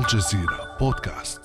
الجزيرة بودكاست.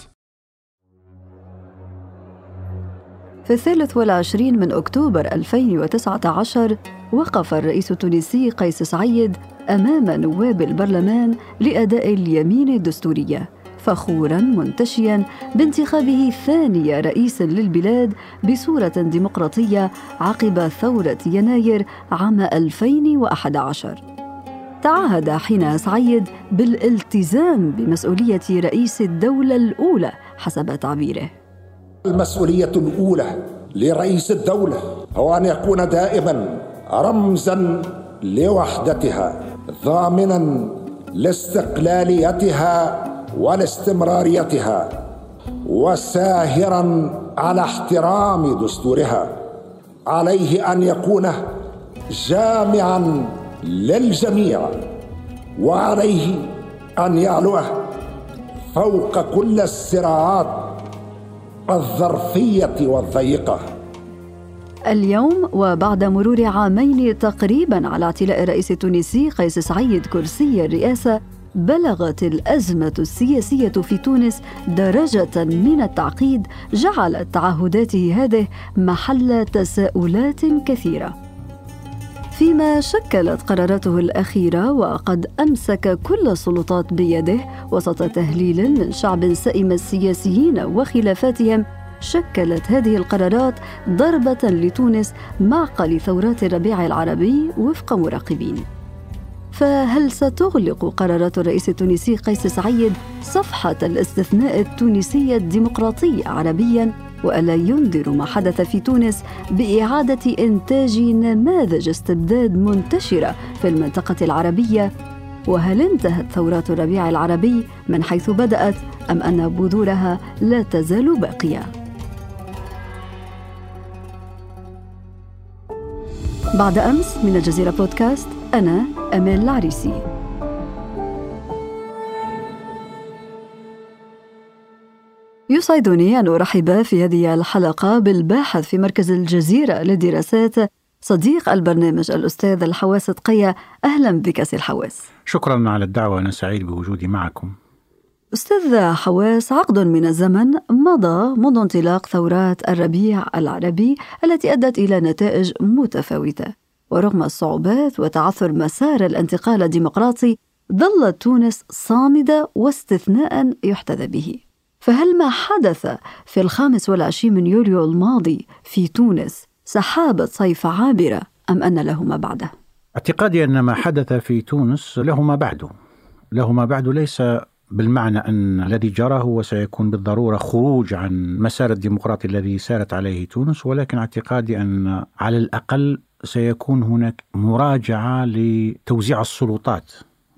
في 23 من أكتوبر 2019 وقف الرئيس التونسي قيس سعيد أمام نواب البرلمان لأداء اليمين الدستورية، فخوراً منتشياً بانتخابه ثاني رئيس للبلاد بصورة ديمقراطية عقب ثورة يناير عام 2011. تعهد حينها سعيد بالالتزام بمسؤولية رئيس الدولة الأولى حسب تعبيره. المسؤولية الأولى لرئيس الدولة هو أن يكون دائما رمزا لوحدتها، ضامنا لاستقلاليتها ولاستمراريتها، وساهرا على احترام دستورها. عليه أن يكون جامعا للجميع، وعليه أن يعلو فوق كل الصراعات الظرفية والضيقة. اليوم وبعد مرور عامين تقريباً على اعتلاء الرئيس التونسي قيس سعيد كرسي الرئاسة، بلغت الأزمة السياسية في تونس درجة من التعقيد جعلت تعهداته هذه محل تساؤلات كثيرة، فيما شكلت قراراته الأخيرة وقد أمسك كل السلطات بيده وسط تهليل من شعب سئم السياسيين وخلافاتهم. شكلت هذه القرارات ضربة لتونس معقل ثورات الربيع العربي وفق مراقبين. فهل ستغلق قرارات الرئيس التونسي قيس سعيد صفحة الاستثناء التونسي الديمقراطي عربياً؟ وألا ينذر ما حدث في تونس بإعادة إنتاج نماذج استبداد منتشرة في المنطقة العربية؟ وهل انتهت ثورات الربيع العربي من حيث بدأت أم أن بذورها لا تزال باقية؟ بعد أمس من الجزيرة بودكاست، أنا أمال العريسي. يسعدني أن أرحب في هذه الحلقة بالباحث في مركز الجزيرة للدراسات، صديق البرنامج الأستاذ الحواس تقية. أهلا بك سي الحواس. شكرا على الدعوة، أنا سعيد بوجودي معكم. أستاذ حواس، عقد من الزمن مضى منذ انطلاق ثورات الربيع العربي التي أدت إلى نتائج متفاوتة، ورغم الصعوبات وتعثر مسار الانتقال الديمقراطي ظلت تونس صامدة واستثناء يحتذى به. فهل ما حدث في 25 من يوليو الماضي في تونس سحابة صيف عابرة أم أن له ما بعده؟ اعتقادي أن ما حدث في تونس له ما بعده. له ما بعده ليس بالمعنى أن الذي جرى هو سيكون بالضرورة خروج عن مسار الديمقراطي الذي سارت عليه تونس، ولكن اعتقادي أن على الأقل سيكون هناك مراجعة لتوزيع السلطات.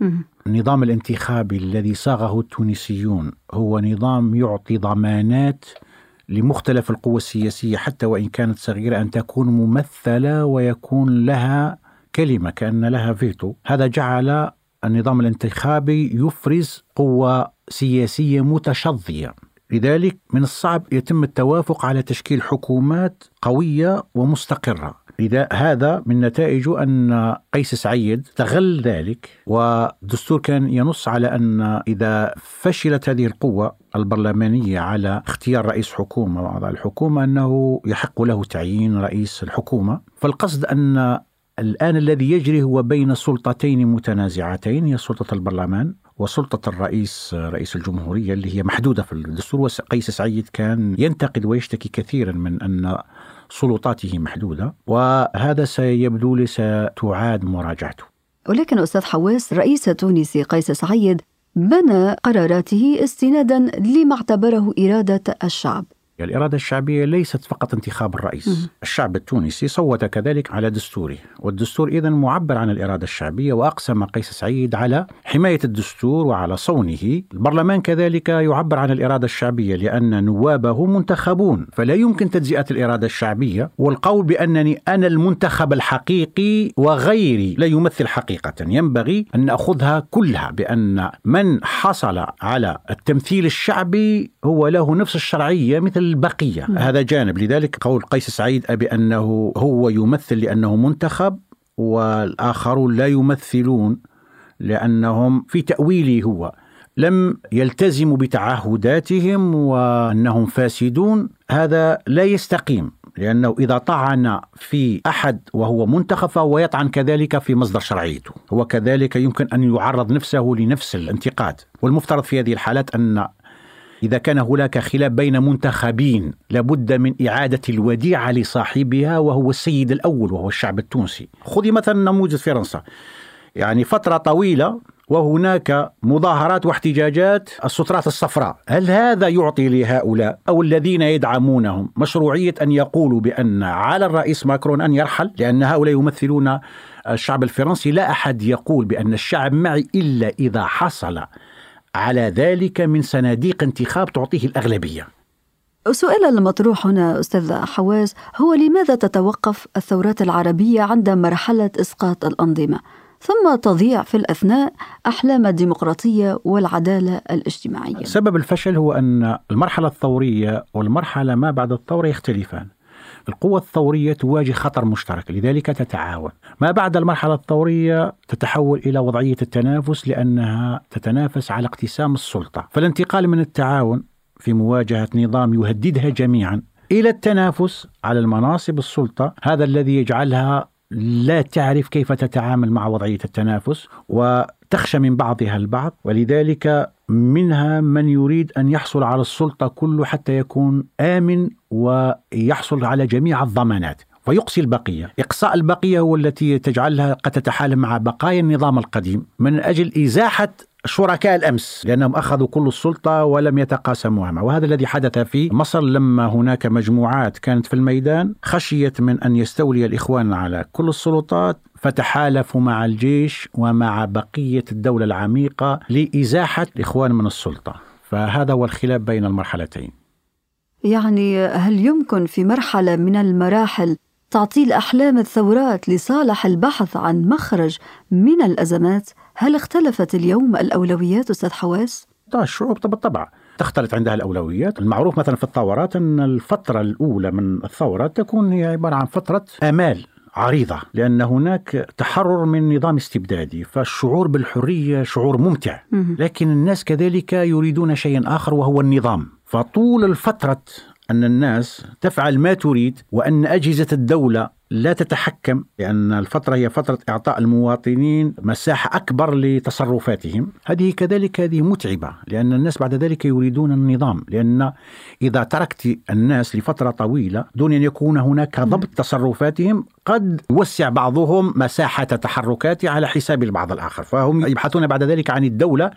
النظام الانتخابي الذي صاغه التونسيون هو نظام يعطي ضمانات لمختلف القوى السياسية حتى وإن كانت صغيرة أن تكون ممثلة ويكون لها كلمة، كأن لها فيتو. هذا جعل النظام الانتخابي يفرز قوى سياسية متشظية، لذلك من الصعب يتم التوافق على تشكيل حكومات قوية ومستقرة. لذا هذا من نتائجه أن قيس سعيد استغل ذلك، والدستور كان ينص على أن إذا فشلت هذه القوة البرلمانية على اختيار رئيس حكومة وأعضاء الحكومة أنه يحق له تعيين رئيس الحكومة. فالقصد أن الآن الذي يجري هو بين سلطتين متنازعتين، هي سلطة البرلمان وسلطة رئيس الجمهورية اللي هي محدودة في الدستور. وقيس سعيد كان ينتقد ويشتكي كثيرا من أن سلطاته محدودة، وهذا سيبدو لي ستعاد مراجعته. ولكن أستاذ حواس، الرئيس التونسي قيس سعيد بنى قراراته استنادا لما اعتبره إرادة الشعب. الإرادة الشعبية ليست فقط انتخاب الرئيس. الشعب التونسي صوت كذلك على دستوره، والدستور إذن معبر عن الإرادة الشعبية، وأقسم قيس سعيد على حماية الدستور وعلى صونه. البرلمان كذلك يعبر عن الإرادة الشعبية لأن نوابه منتخبون، فلا يمكن تجزئة الإرادة الشعبية والقول بأنني أنا المنتخب الحقيقي وغيري لا يمثل حقيقة. ينبغي أن نأخذها كلها بأن من حصل على التمثيل الشعبي هو له نفس الشرعية مثل البقية. هذا جانب. لذلك قول قيس سعيد بأنه هو يمثل لأنه منتخب والآخرون لا يمثلون لأنهم في تأويله هو لم يلتزموا بتعهداتهم وأنهم فاسدون، هذا لا يستقيم، لأنه إذا طعن في أحد وهو منتخب فهو يطعن كذلك في مصدر شرعيته، هو كذلك يمكن أن يعرض نفسه لنفس الانتقاد. والمفترض في هذه الحالات أن إذا كان هناك خلاف بين منتخبين لابد من إعادة الوديعة لصاحبها وهو السيد الأول وهو الشعب التونسي. خذي مثلا نموذج فرنسا، يعني فترة طويلة وهناك مظاهرات واحتجاجات السترات الصفراء، هل هذا يعطي لهؤلاء أو الذين يدعمونهم مشروعية أن يقولوا بأن على الرئيس ماكرون أن يرحل لأن هؤلاء يمثلون الشعب الفرنسي؟ لا أحد يقول بأن الشعب معي إلا إذا حصل على ذلك من صناديق انتخاب تعطيه الأغلبية. السؤال المطروح هنا أستاذ حواس هو لماذا تتوقف الثورات العربية عند مرحلة إسقاط الأنظمة ثم تضيع في الأثناء أحلام الديمقراطية والعدالة الاجتماعية؟ سبب الفشل هو أن المرحلة الثورية والمرحلة ما بعد الثورة يختلفان. القوة الثورية تواجه خطر مشترك لذلك تتعاون، ما بعد المرحلة الثورية تتحول إلى وضعية التنافس لأنها تتنافس على اقتسام السلطة، فالانتقال من التعاون في مواجهة نظام يهددها جميعا إلى التنافس على المناصب السلطة، هذا الذي يجعلها لا تعرف كيف تتعامل مع وضعية التنافس وتخشى من بعضها البعض، ولذلك منها من يريد أن يحصل على السلطة كله حتى يكون آمن ويحصل على جميع الضمانات فيقصي البقية. إقصاء البقية هو التي تجعلها قد تتحالف مع بقايا النظام القديم من أجل إزاحة شركاء الأمس لأنهم أخذوا كل السلطة ولم يتقاسموها معه. وهذا الذي حدث في مصر لما هناك مجموعات كانت في الميدان خشيت من أن يستولي الإخوان على كل السلطات فتحالفوا مع الجيش ومع بقية الدولة العميقة لإزاحة الإخوان من السلطة. فهذا هو الخلاف بين المرحلتين. يعني هل يمكن في مرحلة من المراحل تعطيل أحلام الثورات لصالح البحث عن مخرج من الأزمات؟ هل اختلفت اليوم الأولويات أستاذ حواس؟ الشعوب بالطبع تختلط عندها الأولويات. المعروف مثلا في الثورات أن الفترة الأولى من الثورة تكون هي عبارة عن فترة آمال عريضة لأن هناك تحرر من نظام استبدادي، فالشعور بالحرية شعور ممتع، لكن الناس كذلك يريدون شيئا آخر وهو النظام. فطول الفترة أن الناس تفعل ما تريد وأن أجهزة الدولة لا تتحكم، لأن الفترة هي فترة إعطاء المواطنين مساحة أكبر لتصرفاتهم. هذه كذلك متعبة لأن الناس بعد ذلك يريدون النظام، لأن إذا تركت الناس لفترة طويلة دون أن يكون هناك ضبط تصرفاتهم قد يوسع بعضهم مساحة تحركات على حساب البعض الآخر، فهم يبحثون بعد ذلك عن الدولة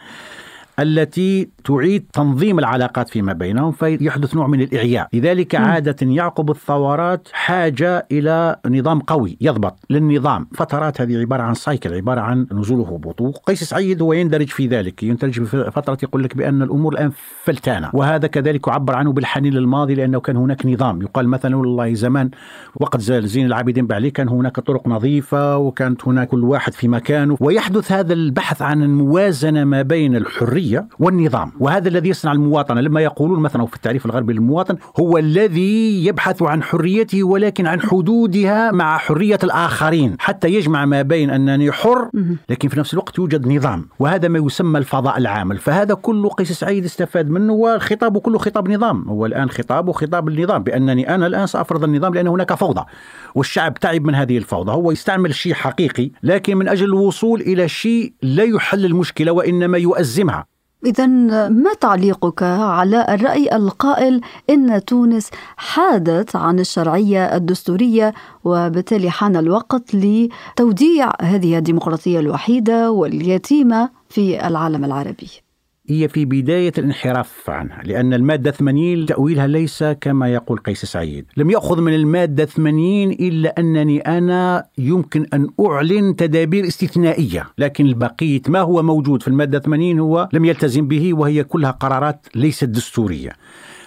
التي تعيد تنظيم العلاقات فيما بينهم فيحدث نوع من الإعياء. لذلك عادة يعقب الثورات حاجة إلى نظام قوي يضبط للنظام. فترات هذه عبارة عن سايكل، عبارة عن نزول وهبوط. قيس سعيد هو يندرج في ذلك، يندرج في فترة يقول لك بأن الأمور الآن فلتانة، وهذا كذلك يعبر عنه بالحنين للماضي لأنه كان هناك نظام. يقال مثلا والله زمان وقت زين العابدين بعلي كان هناك طرق نظيفة وكانت هناك كل واحد في مكانه، ويحدث هذا البحث عن الموازنة ما بين الحرية والنظام. وهذا الذي يصنع المواطنة. لما يقولون مثلا في التعريف الغربي للمواطن هو الذي يبحث عن حريته ولكن عن حدودها مع حرية الآخرين حتى يجمع ما بين أنني حر لكن في نفس الوقت يوجد نظام، وهذا ما يسمى الفضاء العامل. فهذا كله قيس سعيد استفاد منه، والخطاب كله خطاب نظام. هو الآن خطاب النظام بأنني أنا الآن سأفرض النظام لأن هناك فوضى والشعب تعب من هذه الفوضى. هو يستعمل شيء حقيقي لكن من أجل الوصول إلى شيء لا يحل المشكلة وإنما يؤزمها. إذن ما تعليقك على الرأي القائل إن تونس حادت عن الشرعية الدستورية وبالتالي حان الوقت لتوديع هذه الديمقراطية الوحيدة واليتيمة في العالم العربي؟ هي في بداية الانحراف عنها، لأن المادة 80 تأويلها ليس كما يقول قيس سعيد. لم يأخذ من المادة 80 إلا أنني أنا يمكن أن أعلن تدابير استثنائية، لكن البقية ما هو موجود في المادة 80 هو لم يلتزم به، وهي كلها قرارات ليست دستورية.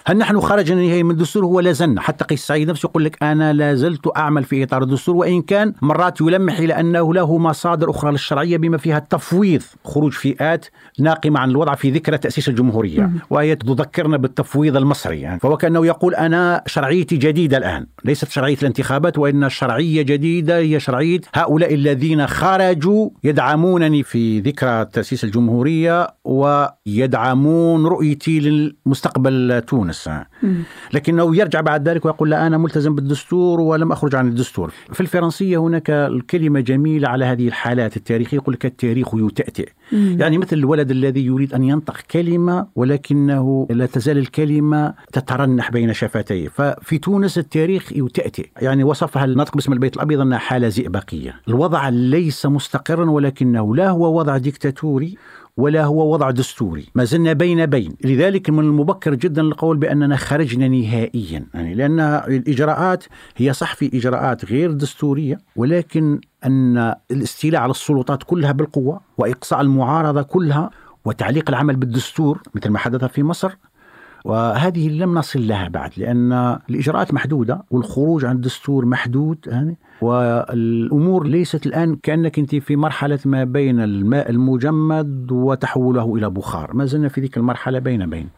هل نحن خرجنا نهائيا من الدستور؟ هو لا زلنا، حتى قيس سعيد نفسه يقول لك أنا لا زلت أعمل في إطار الدستور، وإن كان مرات يلمح إلى أنه له مصادر أخرى للشرعية بما فيها التفويض، خروج فئات ناقمة عن الوضع في ذكرى تأسيس الجمهورية، وهي تذكرنا بالتفويض المصري يعني. فهو كأنه يقول أنا شرعيتي جديدة الآن، ليست شرعية الانتخابات، وإن شرعية جديدة هي شرعية هؤلاء الذين خرجوا يدعمونني في ذكرى تأسيس الجمهورية ويدعمون رؤيتي للمستقبل تونس. لكنه يرجع بعد ذلك ويقول لا أنا ملتزم بالدستور ولم أخرج عن الدستور. في الفرنسية هناك الكلمة جميلة على هذه الحالات التاريخية، يقول لك التاريخ يتأتئ، يعني مثل الولد الذي يريد أن ينطق كلمة ولكنه لا تزال الكلمة تترنح بين شفتيه. ففي تونس التاريخ يتأتئ، يعني وصفها الناطق باسم البيت الأبيض أنها حالة زئبقية. الوضع ليس مستقرا، ولكنه لا هو وضع ديكتاتوري ولا هو وضع دستوري، ما زلنا بين. لذلك من المبكر جدا القول بأننا خرجنا نهائيا، يعني لأن الإجراءات هي صح في إجراءات غير دستورية، ولكن أن الاستيلاء على السلطات كلها بالقوة وإقصاء المعارضة كلها وتعليق العمل بالدستور مثل ما حدث في مصر، وهذه لم نصل لها بعد، لأن الإجراءات محدودة والخروج عن الدستور محدود يعني. والأمور ليست الآن كأنك أنت في مرحلة ما بين الماء المجمد وتحوله إلى بخار، ما زلنا في ذيك المرحلة بين.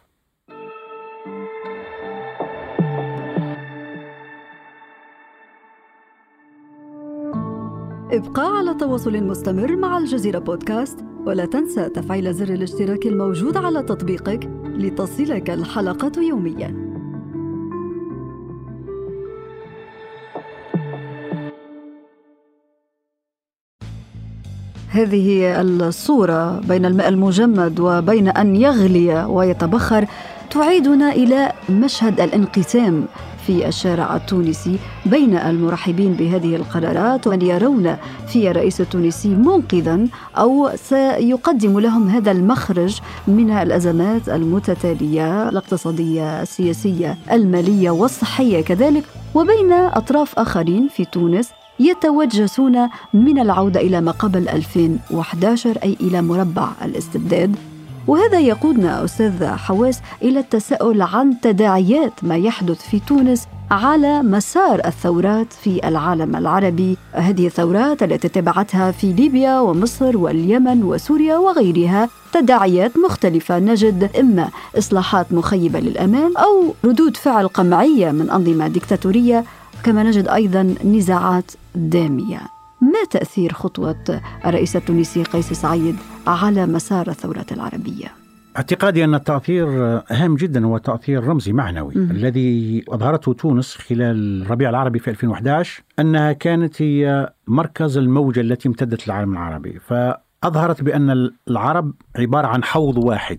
ابقى على تواصل مستمر مع الجزيرة بودكاست، ولا تنسى تفعيل زر الاشتراك الموجود على تطبيقك لتصلك الحلقة يومياً. هذه الصورة بين الماء المجمد وبين أن يغلي ويتبخر تعيدنا إلى مشهد الانقسام في الشارع التونسي بين المرحبين بهذه القرارات ومن يرون في الرئيس التونسي منقذا أو سيقدم لهم هذا المخرج من الأزمات المتتالية الاقتصادية السياسية المالية والصحية كذلك، وبين أطراف آخرين في تونس يتوجسون من العودة إلى ما قبل 2011 أي إلى مربع الاستبداد. وهذا يقودنا أستاذ حواس إلى التساؤل عن تداعيات ما يحدث في تونس على مسار الثورات في العالم العربي، هذه الثورات التي تبعتها في ليبيا ومصر واليمن وسوريا وغيرها، تداعيات مختلفة. نجد إما إصلاحات مخيبة للأمان أو ردود فعل قمعية من أنظمة ديكتاتورية، كما نجد أيضا نزاعات دامية. ما تأثير خطوة الرئيس التونسي قيس سعيد على مسار الثورات العربية؟ اعتقادي أن التأثير هام جدا، هو تأثير رمزي معنوي الذي أظهرته تونس خلال الربيع العربي في 2011، أنها كانت هي مركز الموجة التي امتدت للعالم العربي، فأظهرت بأن العرب عبارة عن حوض واحد،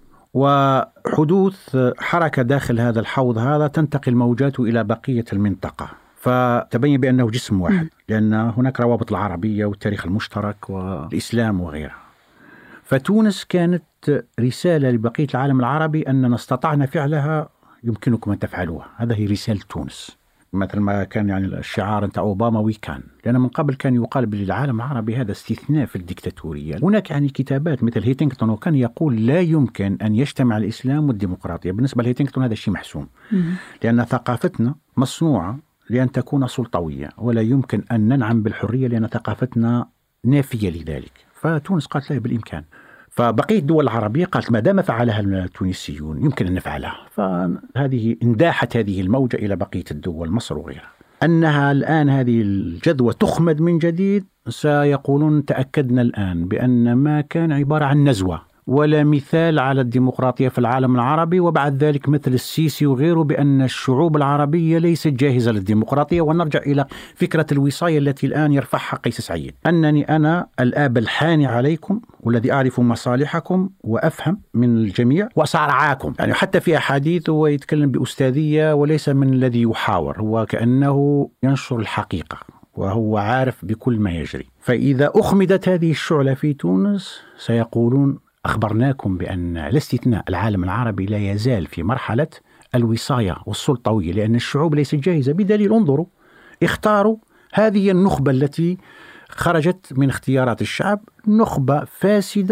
وحدوث حركة داخل هذا الحوض هذا تنتقل موجاته إلى بقية المنطقة، فتبين بأنه جسم واحد، لأن هناك روابط العربية والتاريخ المشترك والإسلام وغيرها. فتونس كانت رسالة لبقية العالم العربي أننا استطعنا فعلها، يمكنكم أن تفعلوها. هذا هي رسالة تونس، مثل ما كان يعني الشعار نتاع أوباما ويكان، لأن من قبل كان يقال بالعالم العربي هذا استثناء في الديكتاتورية. هناك يعني كتابات مثل هيتينغتون، وكان يقول لا يمكن أن يجتمع الإسلام والديمقراطية. بالنسبة لهيتينغتون هذا الشيء محسوم، لأن ثقافتنا مصنوعة لأن تكون سلطوية، ولا يمكن أن ننعم بالحرية لأن ثقافتنا نافية لذلك. فتونس قالت لا، بالإمكان. فبقية الدول العربية قالت ما دام فعلها التونسيون يمكن أن نفعلها. فهذه انداحت هذه الموجة إلى بقية الدول، مصر وغيرها. أنها الآن هذه الجذوة تخمد من جديد، سيقولون تأكدنا الآن بأن ما كان عبارة عن نزوة ولا مثال على الديمقراطية في العالم العربي، وبعد ذلك مثل السيسي وغيره بأن الشعوب العربية ليست جاهزة للديمقراطية. ونرجع إلى فكرة الوصاية التي الآن يرفعها قيس سعيد، أنني أنا الآب الحاني عليكم والذي أعرف مصالحكم وأفهم من الجميع وسأرعاكم. يعني حتى في أحاديث هو يتكلم بأستاذية وليس من الذي يحاور، هو كأنه ينشر الحقيقة وهو عارف بكل ما يجري. فإذا أخمدت هذه الشعلة في تونس سيقولون أخبرناكم بأن الاستثناء العالم العربي لا يزال في مرحلة الوصاية والسلطوية، لأن الشعوب ليست جاهزة. بدليل انظروا، اختاروا هذه النخبة التي خرجت من اختيارات الشعب، نخبة فاسدة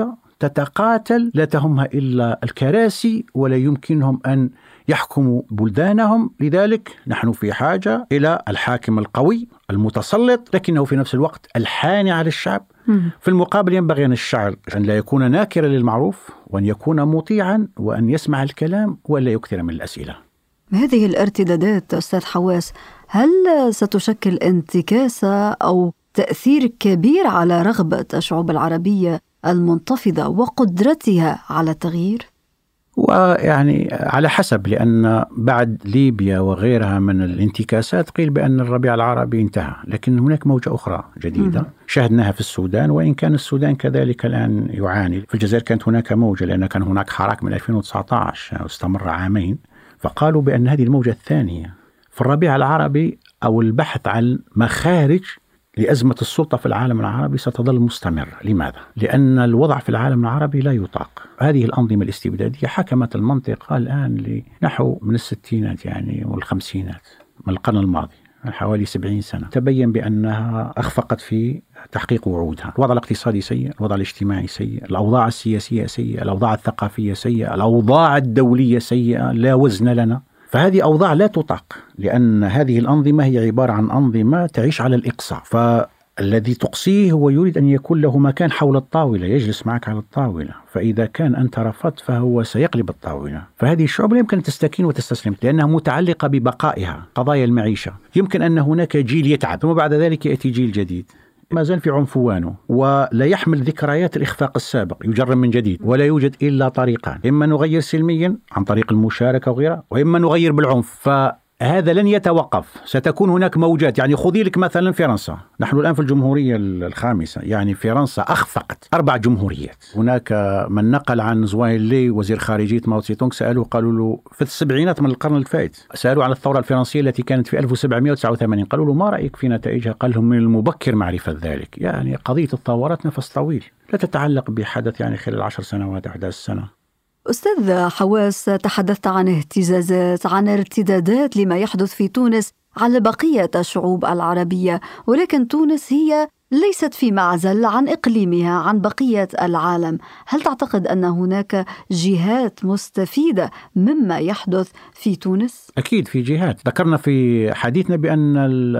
تتقاتل، لا تهمها إلا الكراسي ولا يمكنهم أن يحكموا بلدانهم. لذلك نحن في حاجة إلى الحاكم القوي المتسلط، لكنه في نفس الوقت الحاني على الشعب. في المقابل ينبغي أن الشعب أن لا يكون ناكرا للمعروف، وأن يكون مطيعا، وأن يسمع الكلام ولا يكثر من الأسئلة. هذه الارتدادات أستاذ حواس هل ستشكل انتكاسة أو تأثير كبير على رغبة الشعوب العربية المنتفضة وقدرتها على التغيير؟ ويعني على حسب، لأن بعد ليبيا وغيرها من الانتكاسات قيل بأن الربيع العربي انتهى، لكن هناك موجة أخرى جديدة شاهدناها في السودان، وإن كان السودان كذلك الآن يعاني. في الجزائر كانت هناك موجة، لأن كان هناك حراك من 2019 واستمر عامين، فقالوا بأن هذه الموجة الثانية. في الربيع العربي أو البحث عن مخارج لأزمة السلطة في العالم العربي ستظل مستمرة. لماذا؟ لأن الوضع في العالم العربي لا يطاق. هذه الأنظمة الاستبدادية حكمت المنطقة الآن لنحو من الستينات يعني والخمسينات من القرن الماضي، حوالي 70 سنة. تبين بأنها أخفقت في تحقيق وعودها. الوضع الاقتصادي سيء، الوضع الاجتماعي سيء، الأوضاع السياسية سيئة، الأوضاع الثقافية سيئة، الأوضاع الدولية سيئة، لا وزن لنا. فهذه أوضاع لا تطاق، لأن هذه الأنظمة هي عبارة عن أنظمة تعيش على الإقصاء. فالذي تقصيه هو يريد أن يكون له مكان حول الطاولة، يجلس معك على الطاولة، فإذا كان أنت رفضت فهو سيقلب الطاولة. فهذه الشعوب لا يمكن أن تستكين وتستسلم، لأنها متعلقة ببقائها. قضايا المعيشة، يمكن أن هناك جيل يتعب ثم بعد ذلك يأتي جيل جديد ما زال في عنفوانه ولا يحمل ذكريات الإخفاق السابق، يجرم من جديد. ولا يوجد إلا طريقان، إما نغير سلميا عن طريق المشاركة وغيرها، وإما نغير بالعنف. فهذا لن يتوقف، ستكون هناك موجات. يعني خذي لك مثلا فرنسا، نحن الآن في الجمهورية الخامسة، يعني فرنسا أخفقت 4 جمهوريات. هناك من نقل عن زوايلي وزير خارجية ماو تسي تونغ، سألوه قالوا له في السبعينات من القرن الفائت، سألوه عن الثورة الفرنسية التي كانت في 1789، قالوا له ما رأيك في نتائجها؟ قال لهم من المبكر معرفة ذلك. يعني قضية الثورات نفس طويل، لا تتعلق بحدث يعني خلال 10 سنوات 11 سنة. أستاذ حواس، تحدثت عن اهتزازات، عن ارتدادات لما يحدث في تونس على بقية الشعوب العربية، ولكن تونس هي ليست في معزل عن إقليمها عن بقية العالم. هل تعتقد أن هناك جهات مستفيدة مما يحدث في تونس؟ أكيد في جهات. ذكرنا في حديثنا بأن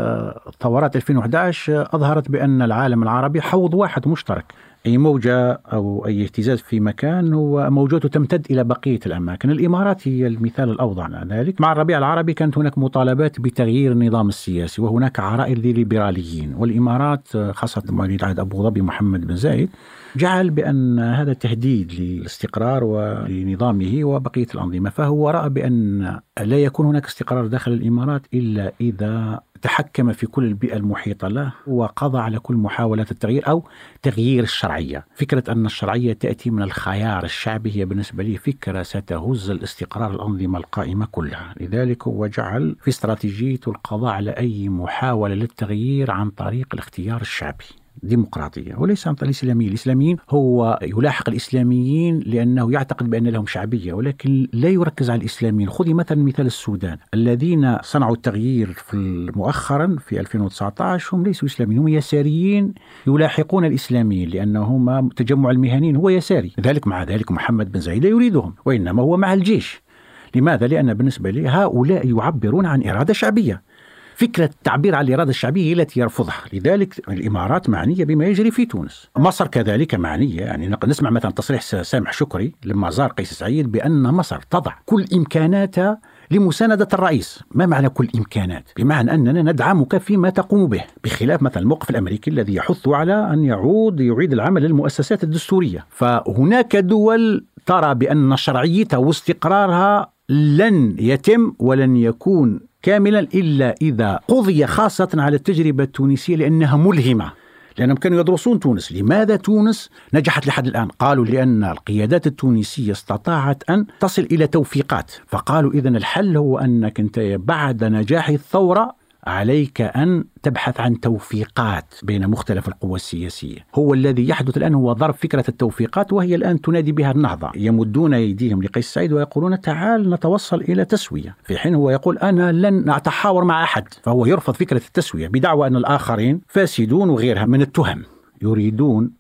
الثورات 2011 أظهرت بأن العالم العربي حوض واحد مشترك. أي موجة أو أي اهتزاز في مكان هو موجته تمتد إلى بقية الأماكن. الإمارات هي المثال الأوضح على ذلك. مع الربيع العربي كانت هناك مطالبات بتغيير النظام السياسي، وهناك عرائض لليبراليين، والإمارات خاصة ولي عهد أبو ظبي محمد بن زايد جعل بأن هذا تهديد للاستقرار ولنظامه وبقية الأنظمة. فهو رأى بأن لا يكون هناك استقرار داخل الإمارات إلا إذا تحكم في كل البيئة المحيطة له وقضى على كل محاولات التغيير أو تغيير الشرعية. فكرة أن الشرعية تأتي من الخيار الشعبي هي بالنسبة لي فكرة ستهز الاستقرار الأنظمة القائمة كلها. لذلك هو جعل في استراتيجيته القضاء على أي محاولة للتغيير عن طريق الاختيار الشعبي، ديمقراطية وليس عن طريق الإسلاميين. الإسلاميين هو يلاحق الإسلاميين لأنه يعتقد بأن لهم شعبية، ولكن لا يركز على الإسلاميين. خذي مثلا مثال السودان، الذين صنعوا التغيير مؤخرا في 2019 هم ليسوا إسلاميين، هم يساريين يلاحقون الإسلاميين، لأنهم تجمع المهنيين هو يساري. ذلك مع ذلك محمد بن زايد لا يريدهم، وإنما هو مع الجيش. لماذا؟ لأن بالنسبة لي هؤلاء يعبرون عن إرادة شعبية. فكرة التعبير عن الإرادة الشعبية التي يرفضها. لذلك الإمارات معنية بما يجري في تونس، مصر كذلك معنية. يعني نسمع مثلا تصريح سامح شكري لما زار قيس سعيد بأن مصر تضع كل إمكاناتها لمساندة الرئيس. ما معنى كل إمكانات؟ بمعنى أننا ندعمك فيما تقوم به، بخلاف مثلا الموقف الأمريكي الذي يحث على أن يعيد العمل للمؤسسات الدستورية. فهناك دول ترى بأن شرعيتها واستقرارها لن يتم ولن يكون كاملا إلا إذا قضي خاصة على التجربة التونسية، لأنها ملهمة. لأنهم كانوا يدرسون تونس. لماذا تونس نجحت لحد الآن؟ قالوا لأن القيادات التونسية استطاعت أن تصل إلى توفيقات. فقالوا إذن الحل هو أنك أنت بعد نجاح الثورة عليك أن تبحث عن توفيقات بين مختلف القوى السياسية. هو الذي يحدث الآن هو ضرب فكرة التوفيقات، وهي الآن تنادي بها النهضة. يمدون أيديهم لقيس سعيد ويقولون تعال نتوصل إلى تسوية، في حين هو يقول أنا لن أتحاور مع أحد. فهو يرفض فكرة التسوية بدعوى أن الآخرين فاسدون وغيرها من التهم. يريدون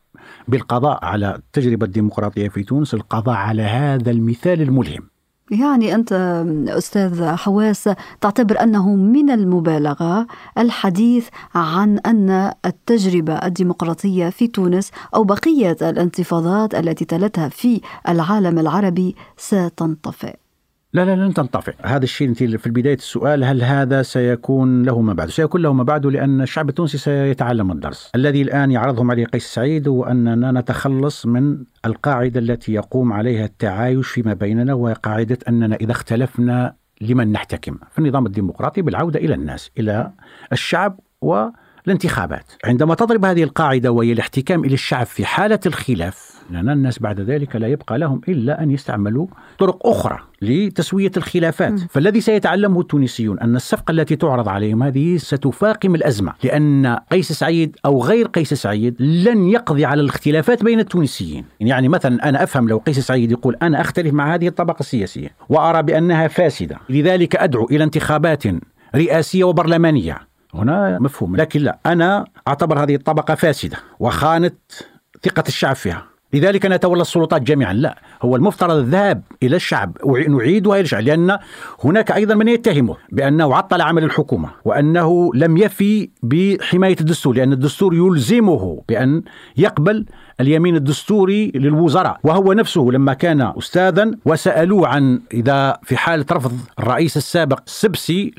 بالقضاء على التجربة الديمقراطية في تونس القضاء على هذا المثال الملهم. يعني أنت أستاذ حواس تعتبر أنه من المبالغة الحديث عن أن التجربة الديمقراطية في تونس أو بقية الانتفاضات التي تلتها في العالم العربي ستنطفئ. لا لن تنطفئ. هذا الشيء أنت في بداية السؤال، هل هذا سيكون له ما بعد؟ سيكون له ما بعد، لأن الشعب التونسي سيتعلم الدرس الذي الآن يعرضهم عليه قيس سعيد، وأننا نتخلص من القاعدة التي يقوم عليها التعايش فيما بيننا، وقاعدة أننا إذا اختلفنا لمن نحتكم في النظام الديمقراطي بالعودة إلى الناس، إلى الشعب والانتخابات. عندما تضرب هذه القاعدة وهي الاحتكام إلى الشعب في حالة الخلاف، لأن الناس بعد ذلك لا يبقى لهم إلا أن يستعملوا طرق أخرى لتسوية الخلافات. فالذي سيتعلمه التونسيون أن الصفقة التي تعرض عليهم هذه ستفاقم الأزمة، لأن قيس سعيد أو غير قيس سعيد لن يقضي على الاختلافات بين التونسيين. يعني مثلا أنا أفهم لو قيس سعيد يقول أنا أختلف مع هذه الطبقة السياسية وأرى بأنها فاسدة، لذلك أدعو إلى انتخابات رئاسية وبرلمانية، هنا مفهوم. لكن لا، أنا أعتبر هذه الطبقة فاسدة وخانت ثقة الشعب فيها، لذلك نتولى السلطات جميعا. لا، هو المفترض الذهاب إلى الشعب ونعيدها إلى الشعب، لأن هناك أيضا من يتهمه بأنه عطل عمل الحكومة وأنه لم يفي بحماية الدستور، لأن الدستور يلزمه بأن يقبل اليمين الدستوري للوزراء. وهو نفسه لما كان أستاذا وسألوه عن إذا في حالة رفض الرئيس السابق السبسي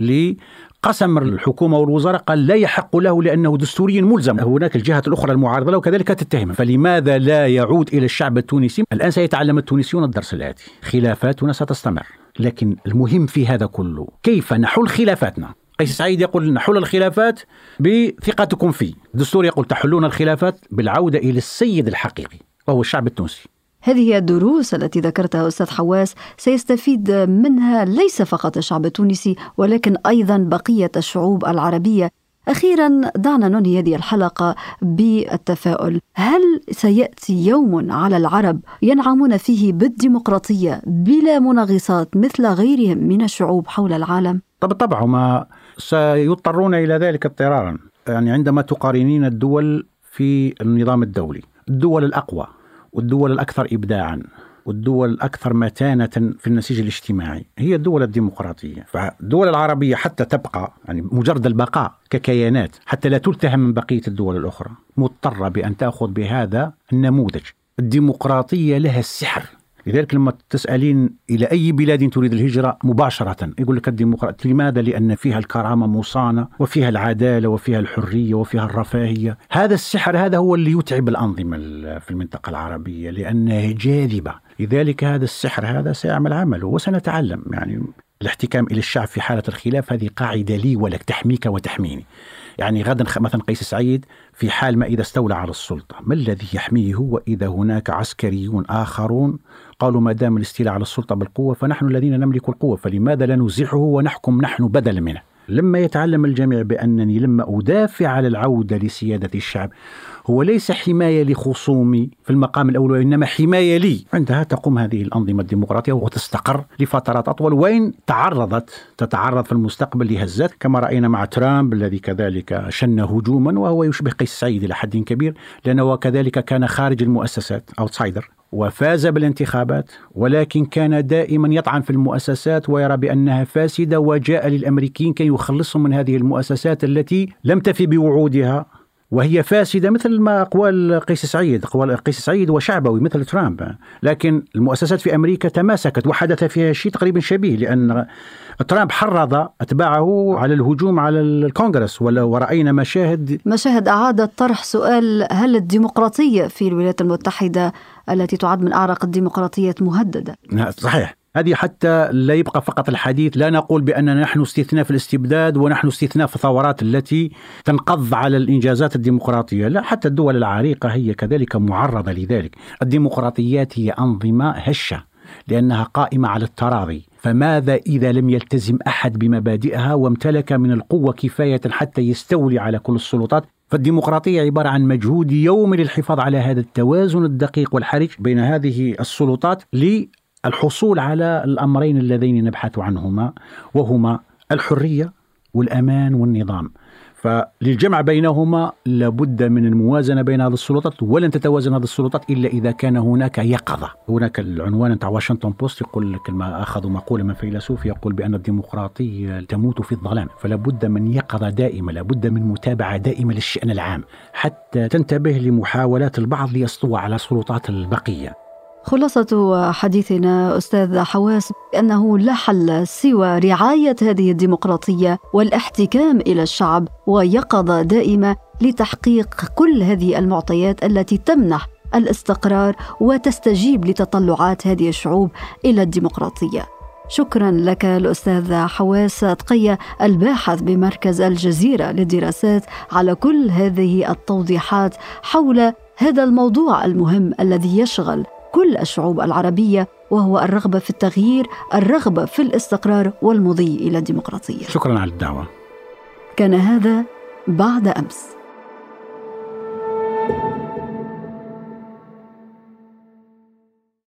قسم الحكومة والوزراء قال لا يحق له لأنه دستوريا ملزم. هناك الجهة الأخرى المعارضة له كذلك تتهم. فلماذا لا يعود إلى الشعب التونسي؟ الآن سيتعلم التونسيون الدرس الآتي: خلافاتنا ستستمر، لكن المهم في هذا كله كيف نحل خلافاتنا. قيس سعيد يقول نحل الخلافات بثقتكم فيه، الدستور يقول تحلون الخلافات بالعودة إلى السيد الحقيقي وهو الشعب التونسي. هذه هي الدروس التي ذكرتها أستاذ حواس سيستفيد منها ليس فقط الشعب التونسي ولكن أيضا بقية الشعوب العربية. أخيرا دعنا ننهي هذه الحلقة بالتفاؤل. هل سيأتي يوم على العرب ينعمون فيه بالديمقراطية بلا منغصات مثل غيرهم من الشعوب حول العالم؟ بالطبع هم سيضطرون إلى ذلك اضطرارا. يعني عندما تقارنين الدول في النظام الدولي، الدول الأقوى والدول الأكثر إبداعا والدول الأكثر متانة في النسيج الاجتماعي هي الدول الديمقراطية. فالدول العربية حتى تبقى، يعني مجرد البقاء ككيانات حتى لا تلتهم من بقية الدول الأخرى، مضطرة بأن تأخذ بهذا النموذج. الديمقراطية لها السحر. لذلك لما تسألين إلى أي بلاد تريد الهجرة مباشرة يقول لك الديمقراطية. لماذا؟ لأن فيها الكرامة مصانة وفيها العدالة وفيها الحرية وفيها الرفاهية. هذا السحر هذا هو اللي يتعب الأنظمة في المنطقة العربية لأنها جاذبة. لذلك هذا السحر هذا سيعمل عمله وسنتعلم. يعني الاحتكام إلى الشعب في حالة الخلاف هذه قاعدة لي ولك تحميك وتحميني. يعني غدا مثلا قيس سعيد في حال ما إذا استولى على السلطة، ما الذي يحميه هو إذا هناك عسكريون آخرون قالوا ما دام الاستيلاء على السلطة بالقوة فنحن الذين نملك القوة، فلماذا لا نزحه ونحكم نحن بدلا منه؟ لما يتعلم الجميع بأنني لما أدافع على العودة لسيادة الشعب هو ليس حماية لخصومي في المقام الأول وإنما حماية لي، عندها تقوم هذه الأنظمة الديمقراطية وتستقر لفترات أطول. وإن تتعرض في المستقبل لهزات كما رأينا مع ترامب الذي كذلك شن هجوما وهو يشبه قيس سعيد إلى حد كبير، لأنه كذلك كان خارج المؤسسات أوتسايدر وفاز بالانتخابات، ولكن كان دائما يطعن في المؤسسات ويرى بأنها فاسدة، وجاء للأمريكيين كي يخلصهم من هذه المؤسسات التي لم تفي بوعودها وهي فاسدة، مثل ما أقوال قيس سعيد وشعبوي مثل ترامب. لكن المؤسسات في أمريكا تماسكت وحدث فيها شيء تقريبا شبيه، لأن ترامب حرض أتباعه على الهجوم على الكونغرس ورأينا مشاهد أعادت طرح سؤال: هل الديمقراطية في الولايات المتحدة التي تعد من أعرق الديمقراطيات مهددة؟ صحيح. هذه حتى لا يبقى فقط الحديث، لا نقول بأننا نحن استثناء في الاستبداد ونحن استثناء في الثورات التي تنقض على الإنجازات الديمقراطية، لا، حتى الدول العريقة هي كذلك معرضة لذلك. الديمقراطيات هي أنظمة هشة لأنها قائمة على التراضي، فماذا إذا لم يلتزم أحد بمبادئها وامتلك من القوة كفاية حتى يستولي على كل السلطات؟ فالديمقراطية عبارة عن مجهود يومي للحفاظ على هذا التوازن الدقيق والحرج بين هذه السلطات الحصول على الأمرين اللذين نبحث عنهما، وهما الحرية والأمان والنظام. فللجمع بينهما لابد من الموازنة بين هذه السلطات، ولن تتوازن هذه السلطات إلا إذا كان هناك يقظة. هناك العنوان بتاع واشنطن بوست يقول لك ما أخذوا مقولة من فيلسوف يقول بأن الديمقراطية تموت في الظلام، فلابد من يقظة دائمة، لابد من متابعة دائمة للشأن العام حتى تنتبه لمحاولات البعض ليسطوا على السلطات البقية. خلاصة حديثنا أستاذ حواس أنه لا حل سوى رعاية هذه الديمقراطية والاحتكام إلى الشعب ويقظة دائمة لتحقيق كل هذه المعطيات التي تمنح الاستقرار وتستجيب لتطلعات هذه الشعوب إلى الديمقراطية. شكرا لك الأستاذ حواس تقية الباحث بمركز الجزيرة للدراسات على كل هذه التوضيحات حول هذا الموضوع المهم الذي يشغل كل الشعوب العربية، وهو الرغبة في التغيير، الرغبة في الاستقرار والمضي إلى الديمقراطية. شكرا على الدعوة. كان هذا بعد أمس.